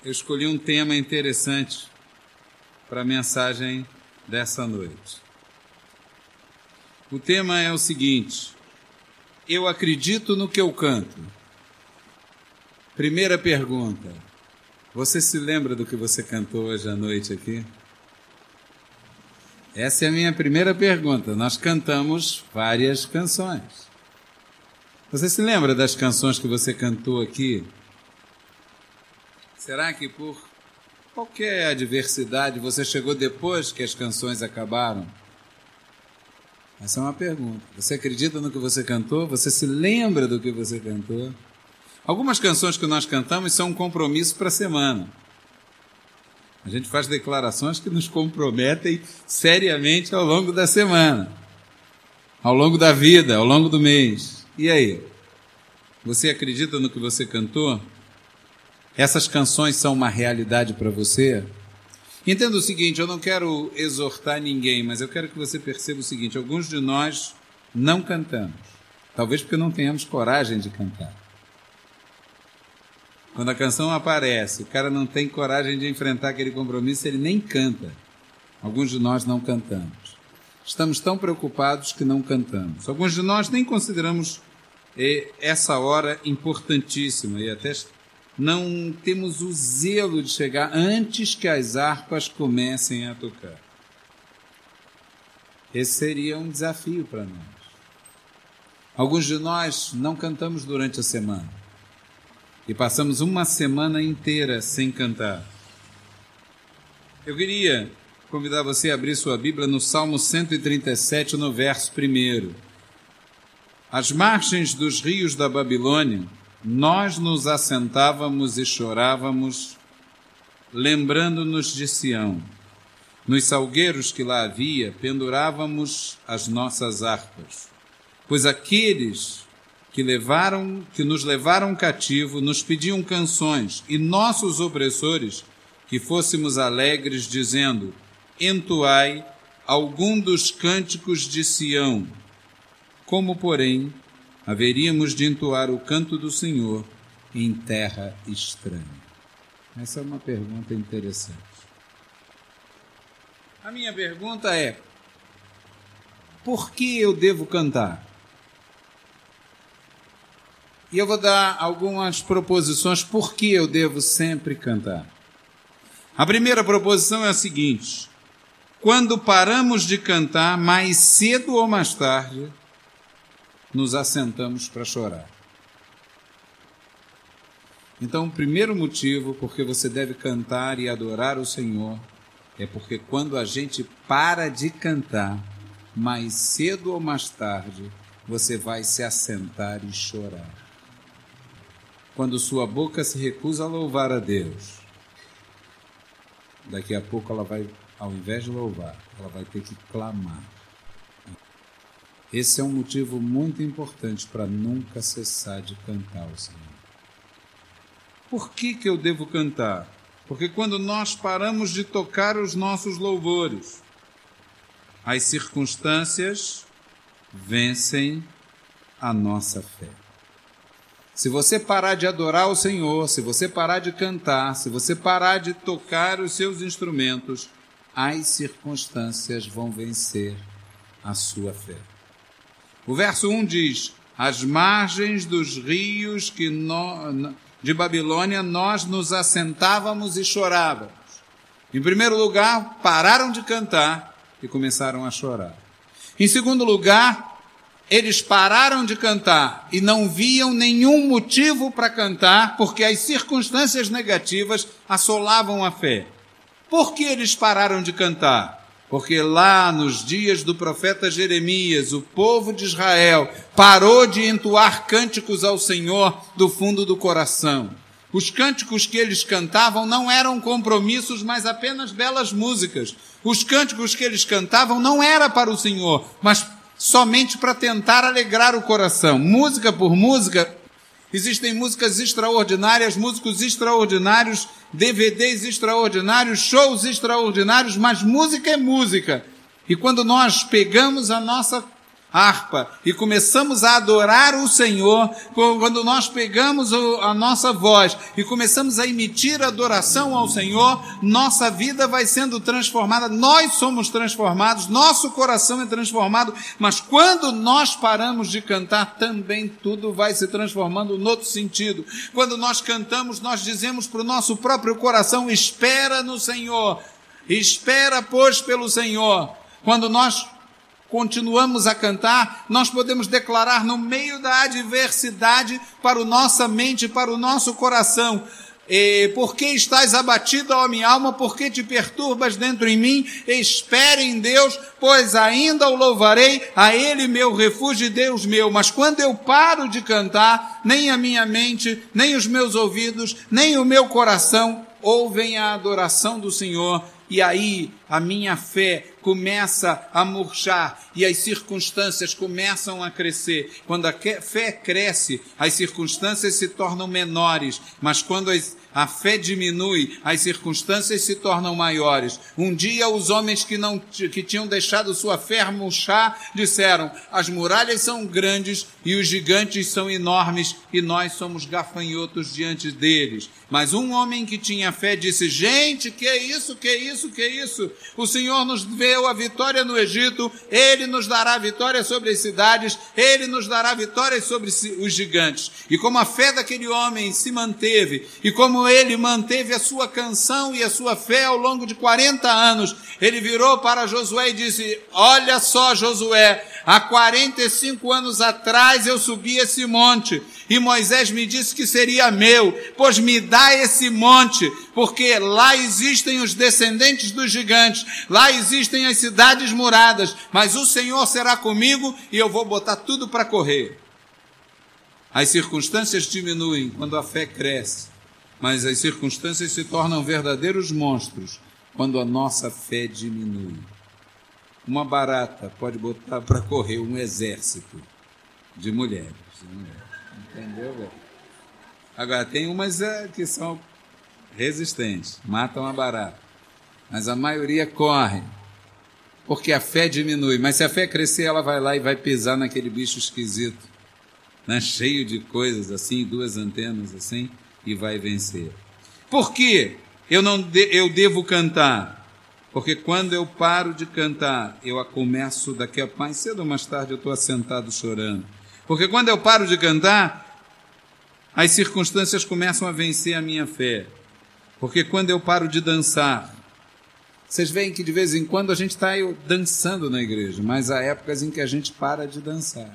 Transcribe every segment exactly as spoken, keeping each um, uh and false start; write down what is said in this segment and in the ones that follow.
eu escolhi um tema interessante para a mensagem dessa noite. O tema é o seguinte: eu acredito no que eu canto. Primeira pergunta: você se lembra do que você cantou hoje à noite aqui? Essa é a minha primeira pergunta. Nós cantamos várias canções. Você se lembra das canções que você cantou aqui? Será que por qualquer adversidade você chegou depois que as canções acabaram? Essa é uma pergunta. Você acredita no que você cantou? Você se lembra do que você cantou? Algumas canções que nós cantamos são um compromisso para a semana. A gente faz declarações que nos comprometem seriamente ao longo da semana, ao longo da vida, ao longo do mês. E aí? Você acredita no que você cantou? Essas canções são uma realidade para você? Entenda o seguinte, eu não quero exortar ninguém, mas eu quero que você perceba o seguinte: alguns de nós não cantamos, talvez porque não tenhamos coragem de cantar. Quando a canção aparece, o cara não tem coragem de enfrentar aquele compromisso, ele nem canta. Alguns de nós não cantamos. Estamos tão preocupados que não cantamos. Alguns de nós nem consideramos eh, essa hora importantíssima e até não temos o zelo de chegar antes que as harpas comecem a tocar. Esse seria um desafio para nós. Alguns de nós não cantamos durante a semana. E passamos uma semana inteira sem cantar. Eu queria convidar você a abrir sua Bíblia no Salmo cento e trinta e sete, no verso primeiro. Às margens dos rios da Babilônia, nós nos assentávamos e chorávamos, lembrando-nos de Sião. Nos salgueiros que lá havia, pendurávamos as nossas harpas. Pois aqueles que levaram, que nos levaram cativo, nos pediam canções, e nossos opressores que fôssemos alegres, dizendo: entoai algum dos cânticos de Sião. Como, porém, haveríamos de entoar o canto do Senhor em terra estranha? Essa é uma pergunta interessante. A minha pergunta é: por que eu devo cantar? E eu vou dar algumas proposições por que eu devo sempre cantar. A primeira proposição é a seguinte: quando paramos de cantar, mais cedo ou mais tarde, nos assentamos para chorar. Então, o primeiro motivo por que você deve cantar e adorar o Senhor é porque quando a gente para de cantar, mais cedo ou mais tarde, você vai se assentar e chorar. Quando sua boca se recusa a louvar a Deus, daqui a pouco ela vai, ao invés de louvar, ela vai ter que clamar. Esse é um motivo muito importante para nunca cessar de cantar ao Senhor. Por que que eu devo cantar? Porque quando nós paramos de tocar os nossos louvores, as circunstâncias vencem a nossa fé. Se você parar de adorar o Senhor, se você parar de cantar, se você parar de tocar os seus instrumentos, as circunstâncias vão vencer a sua fé. O verso um diz: às margens dos rios que no, de Babilônia nós nos assentávamos e chorávamos. Em primeiro lugar, pararam de cantar e começaram a chorar. Em segundo lugar, eles pararam de cantar e não viam nenhum motivo para cantar, porque as circunstâncias negativas assolavam a fé. Por que eles pararam de cantar? Porque lá nos dias do profeta Jeremias, o povo de Israel parou de entoar cânticos ao Senhor do fundo do coração. Os cânticos que eles cantavam não eram compromissos, mas apenas belas músicas. Os cânticos que eles cantavam não era para o Senhor, mas somente para tentar alegrar o coração. Música por música, existem músicas extraordinárias, músicos extraordinários, D V Ds extraordinários, shows extraordinários, mas música é música. E quando nós pegamos a nossa, harpa e começamos a adorar o Senhor, quando nós pegamos a nossa voz e começamos a emitir adoração ao Senhor, nossa vida vai sendo transformada, nós somos transformados, nosso coração é transformado, mas quando nós paramos de cantar, também tudo vai se transformando no outro sentido. Quando nós cantamos, nós dizemos para o nosso próprio coração: espera no Senhor, espera, pois, pelo Senhor. Quando nós continuamos a cantar, nós podemos declarar no meio da adversidade para a nossa mente, para o nosso coração: e, por que estás abatido, ó minha alma? Por que te perturbas dentro em mim? Espere em Deus, pois ainda o louvarei, a Ele meu refúgio e Deus meu. Mas quando eu paro de cantar, nem a minha mente, nem os meus ouvidos, nem o meu coração ouvem a adoração do Senhor. E aí a minha fé começa a murchar e as circunstâncias começam a crescer. Quando a fé cresce, as circunstâncias se tornam menores, mas quando a fé diminui, as circunstâncias se tornam maiores. Um dia os homens que, não, que tinham deixado sua fé murchar disseram: as muralhas são grandes e os gigantes são enormes e nós somos gafanhotos diante deles. Mas um homem que tinha fé disse: gente, que é isso, que é isso, que é isso? O Senhor nos deu a vitória no Egito, Ele nos dará a vitória sobre as cidades, Ele nos dará a vitória sobre os gigantes. E como a fé daquele homem se manteve, e como ele manteve a sua canção e a sua fé ao longo de quarenta anos, ele virou para Josué e disse: olha só, Josué, há quarenta e cinco anos atrás eu subi esse monte, e Moisés me disse que seria meu, pois me dá esse monte, porque lá existem os descendentes dos gigantes, lá existem as cidades muradas, mas o Senhor será comigo e eu vou botar tudo para correr. As circunstâncias diminuem quando a fé cresce, mas as circunstâncias se tornam verdadeiros monstros quando a nossa fé diminui. Uma barata pode botar para correr um exército de mulheres. De mulheres. Entendeu, velho? Agora, tem umas é, que são resistentes, matam a barata. Mas a maioria corre, porque a fé diminui. Mas se a fé crescer, ela vai lá e vai pisar naquele bicho esquisito, né? Cheio de coisas assim, duas antenas assim, e vai vencer. Por que eu, não de, eu devo cantar? Porque quando eu paro de cantar, eu a começo daqui a mais cedo ou mais tarde eu estou assentado chorando. Porque quando eu paro de cantar, as circunstâncias começam a vencer a minha fé. Porque quando eu paro de dançar, vocês veem que de vez em quando a gente está dançando na igreja, mas há épocas em que a gente para de dançar.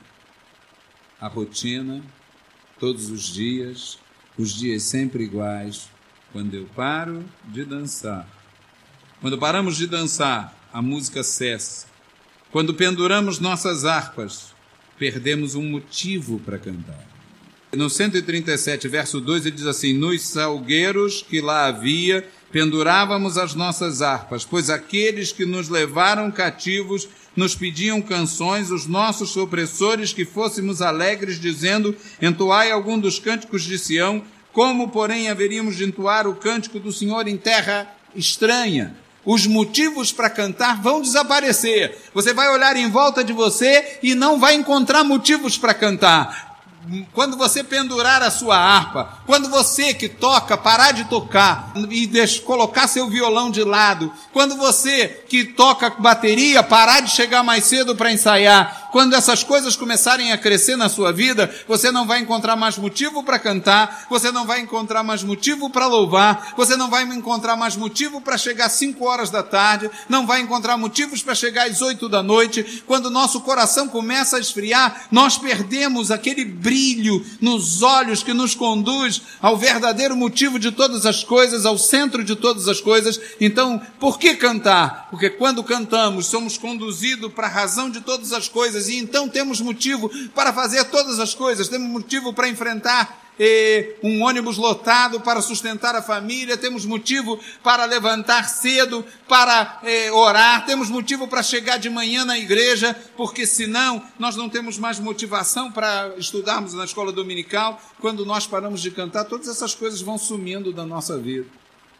A rotina, todos os dias, os dias sempre iguais. Quando eu paro de dançar, quando paramos de dançar, a música cessa. Quando penduramos nossas harpas, perdemos um motivo para cantar. No cento e trinta e sete, verso dois, ele diz assim: nos salgueiros que lá havia, pendurávamos as nossas harpas, pois aqueles que nos levaram cativos nos pediam canções, os nossos opressores, que fôssemos alegres, dizendo: entoai algum dos cânticos de Sião. Como, porém, haveríamos de entoar o cântico do Senhor em terra estranha? Os motivos para cantar vão desaparecer. Você vai olhar em volta de você e não vai encontrar motivos para cantar. Quando você pendurar a sua harpa, quando você que toca parar de tocar e deixar, colocar seu violão de lado, quando você que toca bateria parar de chegar mais cedo para ensaiar, quando essas coisas começarem a crescer na sua vida, você não vai encontrar mais motivo para cantar, você não vai encontrar mais motivo para louvar, você não vai encontrar mais motivo para chegar às cinco horas da tarde, não vai encontrar motivos para chegar às oito da noite. Quando o nosso coração começa a esfriar, nós perdemos aquele brilho brilho nos olhos que nos conduz ao verdadeiro motivo de todas as coisas, ao centro de todas as coisas. Então, por que cantar? Porque quando cantamos, somos conduzidos para a razão de todas as coisas, e então temos motivo para fazer todas as coisas, temos motivo para enfrentar E um ônibus lotado para sustentar a família, temos motivo para levantar cedo, para eh, orar, temos motivo para chegar de manhã na igreja, porque senão nós não temos mais motivação para estudarmos na escola dominical. Quando nós paramos de cantar, todas essas coisas vão sumindo da nossa vida.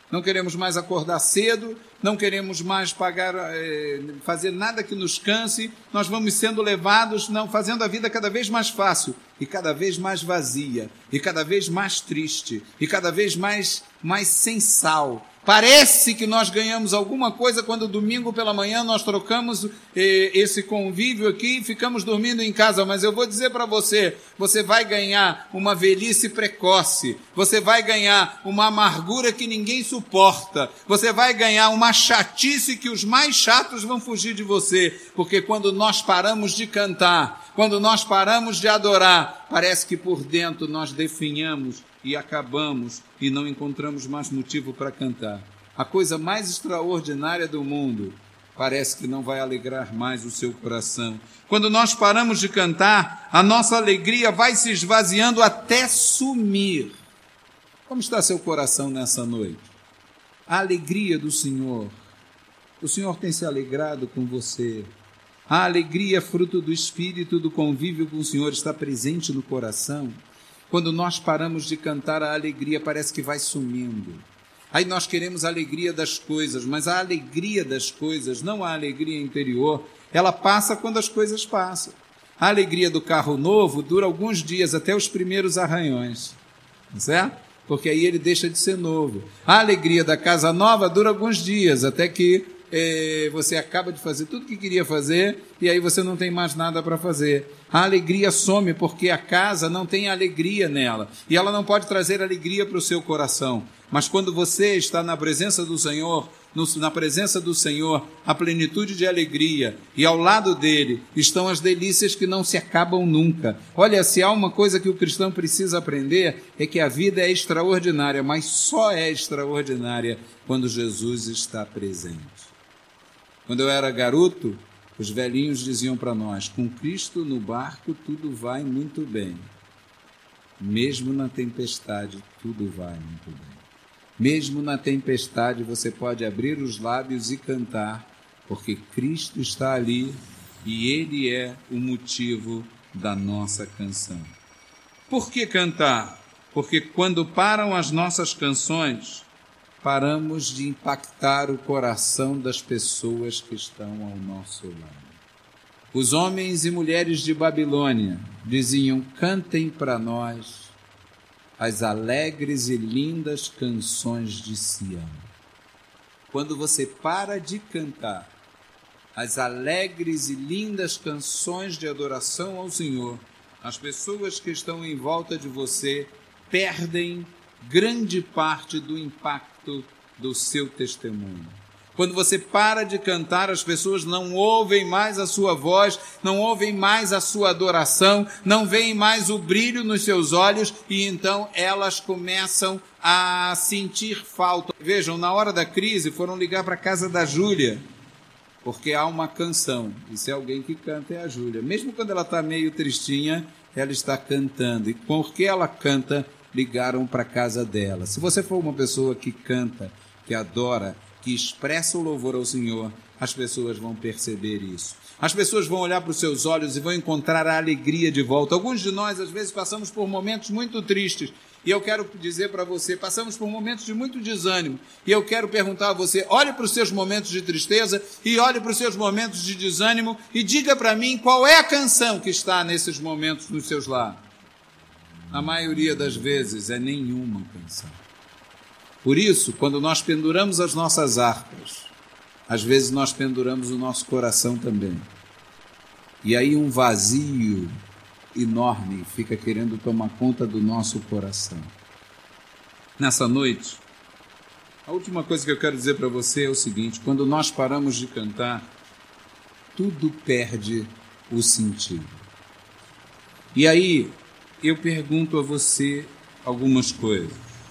não queremos mais acordar cedo, não queremos mais pagar, é, fazer nada que nos canse, nós vamos sendo levados, não, fazendo a vida cada vez mais fácil, e cada vez mais vazia, e cada vez mais triste, e cada vez mais, mais sem sal. Parece que nós ganhamos alguma coisa quando domingo pela manhã nós trocamos eh, esse convívio aqui e ficamos dormindo em casa, mas eu vou dizer para você, você vai ganhar uma velhice precoce, você vai ganhar uma amargura que ninguém suporta, você vai ganhar uma chatice que os mais chatos vão fugir de você, porque quando nós paramos de cantar, quando nós paramos de adorar, parece que por dentro nós definhamos e acabamos e não encontramos mais motivo para cantar. A coisa mais extraordinária do mundo parece que não vai alegrar mais o seu coração. Quando nós paramos de cantar, a nossa alegria vai se esvaziando até sumir. Como está seu coração nessa noite? A alegria do Senhor. O Senhor tem se alegrado com você. A alegria, fruto do Espírito, do convívio com o Senhor, está presente no coração. Quando nós paramos de cantar, a alegria parece que vai sumindo. Aí nós queremos a alegria das coisas, mas a alegria das coisas, não a alegria interior, ela passa quando as coisas passam. A alegria do carro novo dura alguns dias, até os primeiros arranhões, certo? Porque aí ele deixa de ser novo. A alegria da casa nova dura alguns dias, até que É, você acaba de fazer tudo o que queria fazer e aí você não tem mais nada para fazer. A alegria some porque a casa não tem alegria nela e ela não pode trazer alegria para o seu coração. Mas quando você está na presença do Senhor, no, na presença do Senhor, a plenitude de alegria, e ao lado dele estão as delícias que não se acabam nunca. Olha, se há uma coisa que o cristão precisa aprender, é que a vida é extraordinária, mas só é extraordinária quando Jesus está presente. Quando eu era garoto, os velhinhos diziam para nós, com Cristo no barco tudo vai muito bem. Mesmo na tempestade, tudo vai muito bem. Mesmo na tempestade, você pode abrir os lábios e cantar, porque Cristo está ali e Ele é o motivo da nossa canção. Por que cantar? Porque quando param as nossas canções, paramos de impactar o coração das pessoas que estão ao nosso lado. Os homens e mulheres de Babilônia diziam, cantem para nós as alegres e lindas canções de Sião. Quando você para de cantar as alegres e lindas canções de adoração ao Senhor, as pessoas que estão em volta de você perdem grande parte do impacto do seu testemunho. Quando você para de cantar, as pessoas não ouvem mais a sua voz, não ouvem mais a sua adoração, não veem mais o brilho nos seus olhos e então elas começam a sentir falta. Vejam, na hora da crise foram ligar para a casa da Júlia, porque há uma canção, e se é alguém que canta é a Júlia. Mesmo quando ela está meio tristinha, ela está cantando, e porque ela canta, ligaram para a casa dela. Se você for uma pessoa que canta, que adora, que expressa o louvor ao Senhor, as pessoas vão perceber isso. As pessoas vão olhar para os seus olhos e vão encontrar a alegria de volta. Alguns de nós, às vezes, passamos por momentos muito tristes. E eu quero dizer para você, passamos por momentos de muito desânimo. E eu quero perguntar a você, olhe para os seus momentos de tristeza e olhe para os seus momentos de desânimo e diga para mim qual é a canção que está nesses momentos nos seus lares. A maioria das vezes é nenhuma canção. Por isso, quando nós penduramos as nossas harpas, às vezes nós penduramos o nosso coração também. E aí um vazio enorme fica querendo tomar conta do nosso coração. Nessa noite, a última coisa que eu quero dizer para você é o seguinte, quando nós paramos de cantar, tudo perde o sentido. E aí, eu pergunto a você algumas coisas.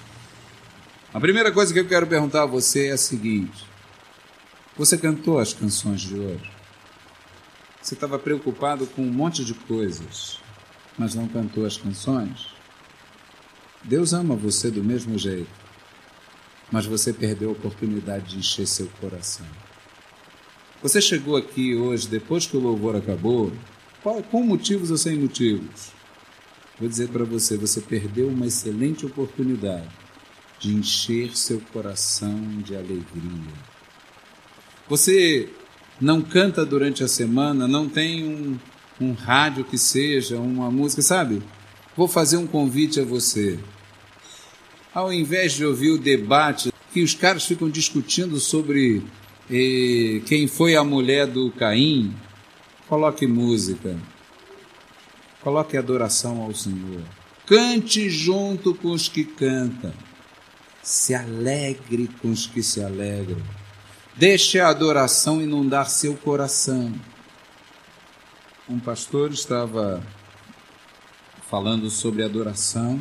A primeira coisa que eu quero perguntar a você é a seguinte: você cantou as canções de hoje? Você estava preocupado com um monte de coisas, mas não cantou as canções? Deus ama você do mesmo jeito, mas você perdeu a oportunidade de encher seu coração. Você chegou aqui hoje, depois que o louvor acabou, com motivos ou sem motivos? Vou dizer para você, você perdeu uma excelente oportunidade de encher seu coração de alegria. Você não canta durante a semana, não tem um, um rádio que seja, uma música, sabe? Vou fazer um convite a você. Ao invés de ouvir o debate, que os caras ficam discutindo sobre eh, quem foi a mulher do Caim, coloque música, coloque adoração ao Senhor. Cante junto com os que cantam, se alegre com os que se alegram. Deixe a adoração inundar seu coração. Um pastor estava falando sobre adoração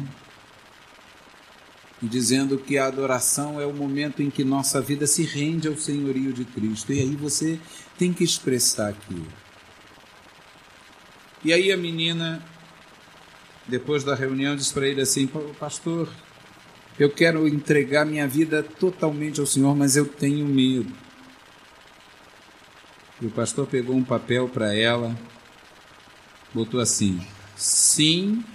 e dizendo que a adoração é o momento em que nossa vida se rende ao senhorio de Cristo. E aí você tem que expressar aquilo. E aí a menina, depois da reunião, disse para ele assim: pastor, eu quero entregar minha vida totalmente ao Senhor, mas eu tenho medo. E o pastor pegou um papel para ela, botou assim: sim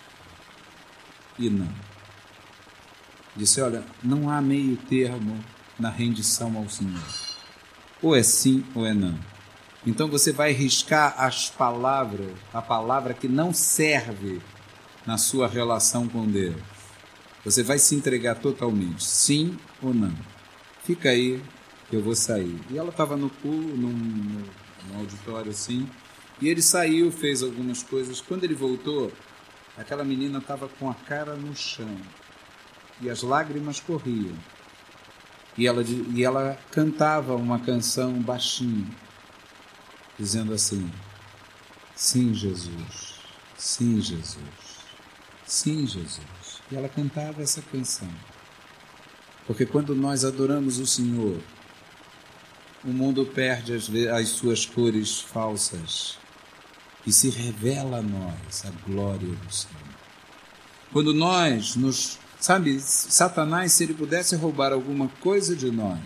e não. Disse: olha, não há meio termo na rendição ao Senhor. Ou é sim ou é não. Então você vai riscar as palavras, a palavra que não serve na sua relação com Deus. Você vai se entregar totalmente, sim ou não. Fica aí, que eu vou sair. E ela estava no pulo, num, num auditório assim, e ele saiu, fez algumas coisas. Quando ele voltou, aquela menina estava com a cara no chão, e as lágrimas corriam. E ela, e ela cantava uma canção baixinho, dizendo assim: sim, Jesus, sim, Jesus, sim, Jesus. E ela cantava essa canção. Porque quando nós adoramos o Senhor, o mundo perde as, as suas cores falsas e se revela a nós a glória do Senhor. Quando nós nos... Sabe, Satanás, se ele pudesse roubar alguma coisa de nós,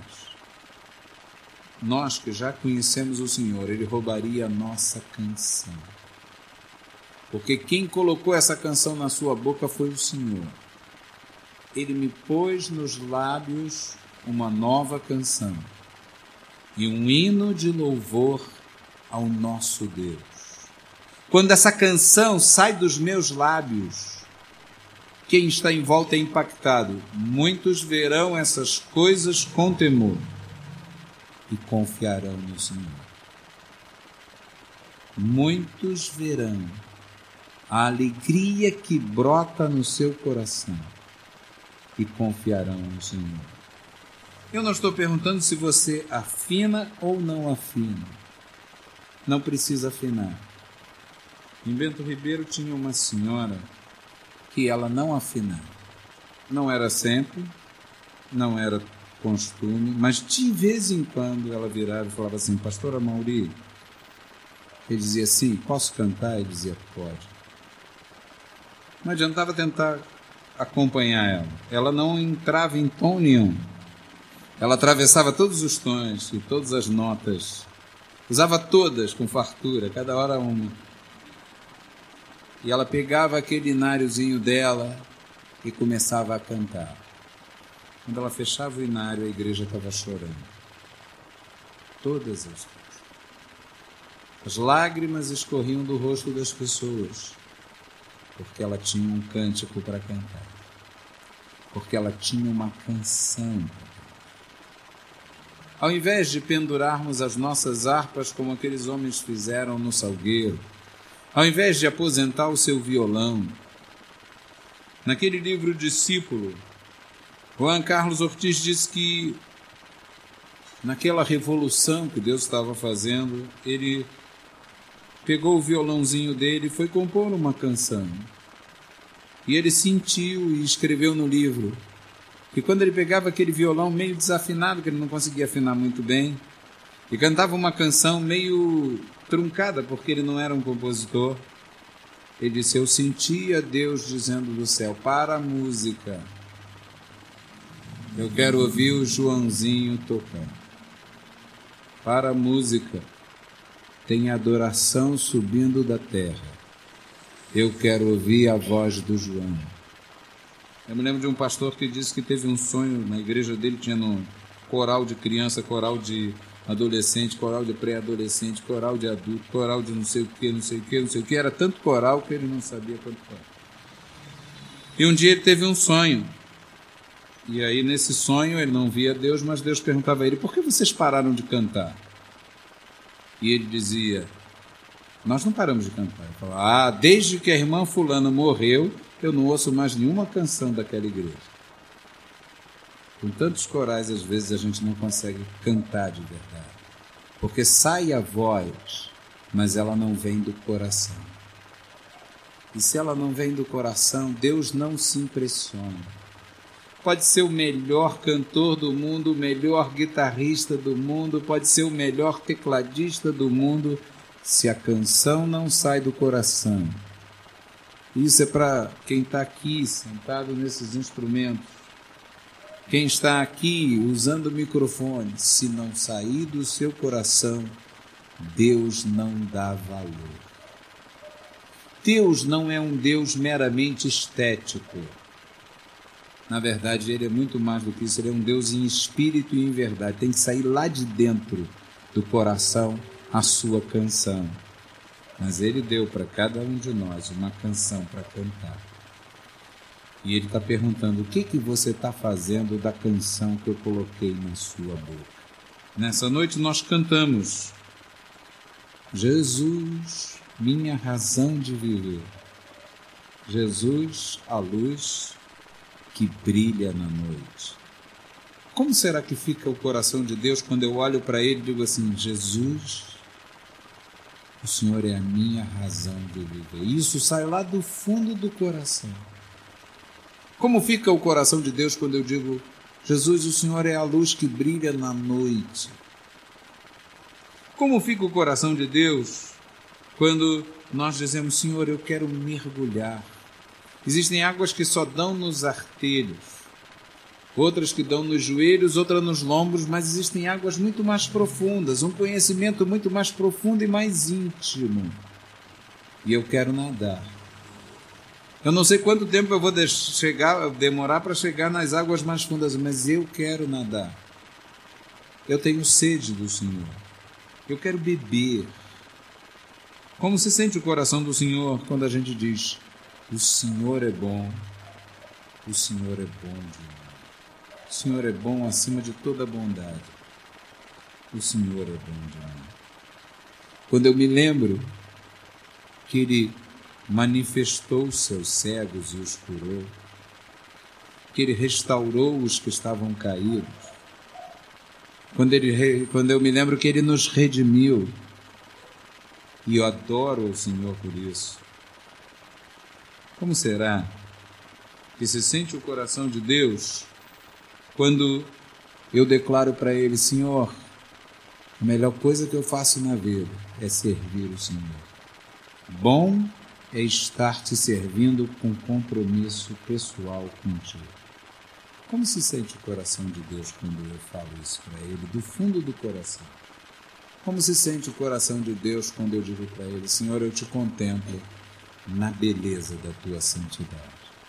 nós que já conhecemos o Senhor, ele roubaria a nossa canção. Porque quem colocou essa canção na sua boca foi o Senhor. Ele me pôs nos lábios uma nova canção e um hino de louvor ao nosso Deus. Quando essa canção sai dos meus lábios, quem está em volta é impactado. Muitos verão essas coisas com temor e confiarão no Senhor. Muitos verão a alegria que brota no seu coração e confiarão no Senhor. Eu não estou perguntando se você afina ou não afina. Não precisa afinar. Em Bento Ribeiro tinha uma senhora que ela não afinava. Não era sempre, não era costume, mas de vez em quando ela virava e falava assim: pastora Mauri, ele dizia assim: posso cantar? Ele dizia: pode. Não adiantava tentar acompanhar ela. Ela não entrava em tom nenhum. Ela atravessava todos os tons e todas as notas. Usava todas com fartura, cada hora uma. E ela pegava aquele ináriozinho dela e começava a cantar. Quando ela fechava o inário, a igreja estava chorando. Todas as vezes. As lágrimas escorriam do rosto das pessoas, porque ela tinha um cântico para cantar, porque ela tinha uma canção. Ao invés de pendurarmos as nossas harpas como aqueles homens fizeram no salgueiro, ao invés de aposentar o seu violão, naquele livro Discípulo, Juan Carlos Ortiz diz que naquela revolução que Deus estava fazendo, ele pegou o violãozinho dele e foi compor uma canção. E ele sentiu e escreveu no livro que quando ele pegava aquele violão meio desafinado, que ele não conseguia afinar muito bem, e cantava uma canção meio truncada, porque ele não era um compositor, ele disse: eu sentia Deus dizendo do céu: para a música, eu quero ouvir o Joãozinho tocando. Para a música, tem adoração subindo da terra. Eu quero ouvir a voz do João. Eu me lembro de um pastor que disse que teve um sonho na igreja dele, tinha no coral de criança, coral de adolescente, coral de pré-adolescente, coral de adulto, coral de não sei o que, não sei o que, não sei o que. Era tanto coral que ele não sabia quanto era. E um dia ele teve um sonho. E aí nesse sonho ele não via Deus, mas Deus perguntava a ele: por que vocês pararam de cantar? E ele dizia: nós não paramos de cantar. Ele falava: ah, desde que a irmã fulana morreu, eu não ouço mais nenhuma canção daquela igreja. Com tantos corais, às vezes a gente não consegue cantar de verdade, porque sai a voz, mas ela não vem do coração. E se ela não vem do coração, Deus não se impressiona. Pode ser o melhor cantor do mundo, o melhor guitarrista do mundo, pode ser o melhor tecladista do mundo, se a canção não sai do coração. Isso é para quem está aqui sentado nesses instrumentos, quem está aqui usando o microfone. Se não sair do seu coração, Deus não dá valor. Deus não é um Deus meramente estético. Na verdade, Ele é muito mais do que isso. Ele é um Deus em espírito e em verdade. Tem que sair lá de dentro do coração a sua canção. Mas Ele deu para cada um de nós uma canção para cantar. E Ele está perguntando: o que, que você está fazendo da canção que eu coloquei na sua boca? Nessa noite nós cantamos: Jesus, minha razão de viver. Jesus, a luz que brilha na noite. Como será que fica o coração de Deus quando eu olho para Ele e digo assim: Jesus, o Senhor é a minha razão de viver? Isso sai lá do fundo do coração. Como fica o coração de Deus quando eu digo: Jesus, o Senhor é a luz que brilha na noite? Como fica o coração de Deus quando nós dizemos: Senhor, eu quero mergulhar? Existem águas que só dão nos artelhos, outras que dão nos joelhos, outras nos lombos, mas existem águas muito mais profundas, um conhecimento muito mais profundo e mais íntimo. E eu quero nadar. Eu não sei quanto tempo eu vou chegar, demorar para chegar nas águas mais fundas, mas eu quero nadar. Eu tenho sede do Senhor. Eu quero beber. Como se sente o coração do Senhor quando a gente diz: o Senhor é bom, o Senhor é bom demais. O Senhor é bom acima de toda bondade. O Senhor é bom demais. Quando eu me lembro que Ele manifestou os seus cegos e os curou, que Ele restaurou os que estavam caídos, quando, ele, quando eu me lembro que Ele nos redimiu, e eu adoro o Senhor por isso. Como será que se sente o coração de Deus quando eu declaro para Ele: Senhor, a melhor coisa que eu faço na vida é servir o Senhor. Bom é estar te servindo com compromisso pessoal contigo. Como se sente o coração de Deus quando eu falo isso para Ele, do fundo do coração? Como se sente o coração de Deus quando eu digo para Ele: Senhor, eu te contemplo na beleza da tua santidade.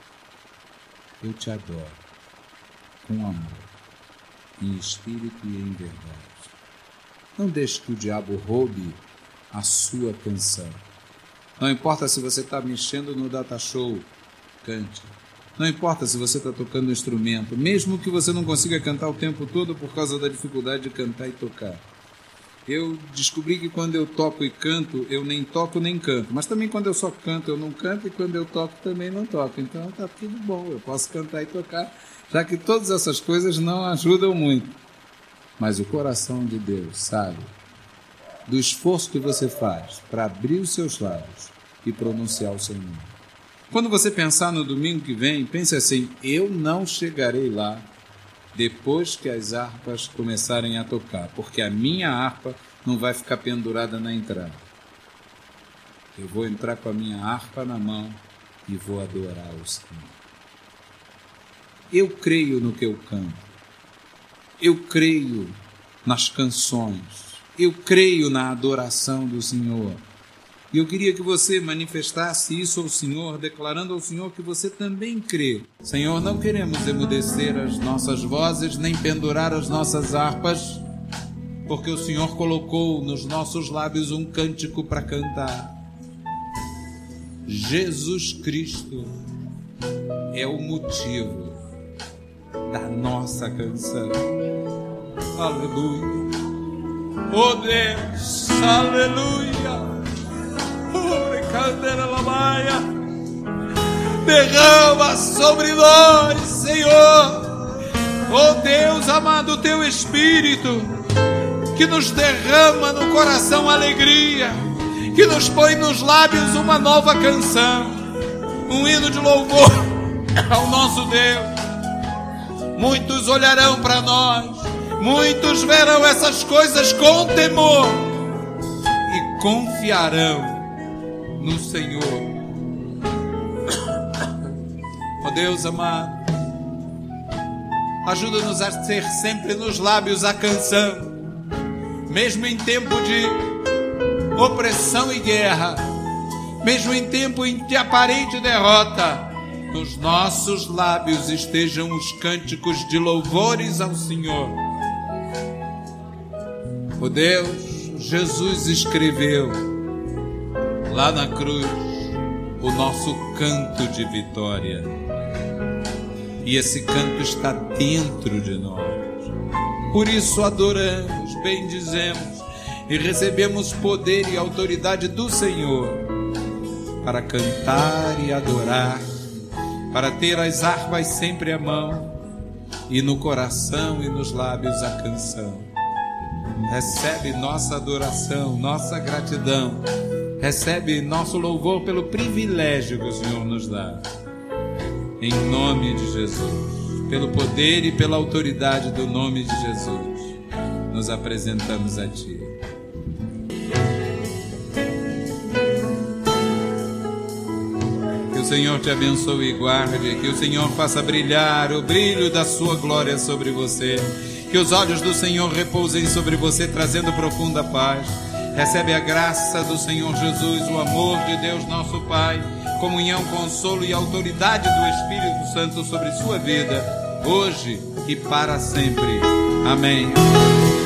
Eu te adoro com amor, em espírito e em verdade. Não deixe que o diabo roube a sua canção. Não importa se você está mexendo no data show, cante. Não importa se você está tocando um instrumento, mesmo que você não consiga cantar o tempo todo por causa da dificuldade de cantar e tocar. Eu descobri que quando eu toco e canto, eu nem toco nem canto. Mas também quando eu só canto, eu não canto, e quando eu toco, também não toco. Então está tudo bom, eu posso cantar e tocar, já que todas essas coisas não ajudam muito. Mas o coração de Deus sabe do esforço que você faz para abrir os seus lábios e pronunciar o seu nome. Quando você pensar no domingo que vem, pense assim: eu não chegarei lá depois que as harpas começarem a tocar, porque a minha harpa não vai ficar pendurada na entrada. Eu vou entrar com a minha harpa na mão e vou adorar o Senhor. Eu creio no que eu canto. Eu creio nas canções. Eu creio na adoração do Senhor. E eu queria que você manifestasse isso ao Senhor, declarando ao Senhor que você também crê. Senhor, não queremos emudecer as nossas vozes, nem pendurar as nossas harpas, porque o Senhor colocou nos nossos lábios um cântico para cantar. Jesus Cristo é o motivo da nossa canção. Aleluia. Oh Deus, aleluia. Derrama sobre nós, Senhor, oh Deus amado, o teu Espírito que nos derrama no coração alegria, que nos põe nos lábios uma nova canção, um hino de louvor ao nosso Deus. Muitos olharão para nós, muitos verão essas coisas com temor e confiarão no Senhor. Ó Deus amado, ajuda-nos a ser sempre nos lábios a canção, mesmo em tempo de opressão e guerra, mesmo em tempo de aparente derrota, nos nossos lábios estejam os cânticos de louvores ao Senhor. Ó Deus, Jesus escreveu lá na cruz o nosso canto de vitória, e esse canto está dentro de nós. Por isso adoramos, bendizemos e recebemos poder e autoridade do Senhor para cantar e adorar, para ter as harpas sempre à mão e no coração e nos lábios a canção. Recebe nossa adoração, nossa gratidão. Recebe nosso louvor pelo privilégio que o Senhor nos dá. Em nome de Jesus, pelo poder e pela autoridade do nome de Jesus, nos apresentamos a Ti. Que o Senhor te abençoe e guarde, que o Senhor faça brilhar o brilho da sua glória sobre você, que os olhos do Senhor repousem sobre você, trazendo profunda paz. Recebe a graça do Senhor Jesus, o amor de Deus nosso Pai, comunhão, consolo e autoridade do Espírito Santo sobre sua vida, hoje e para sempre. Amém.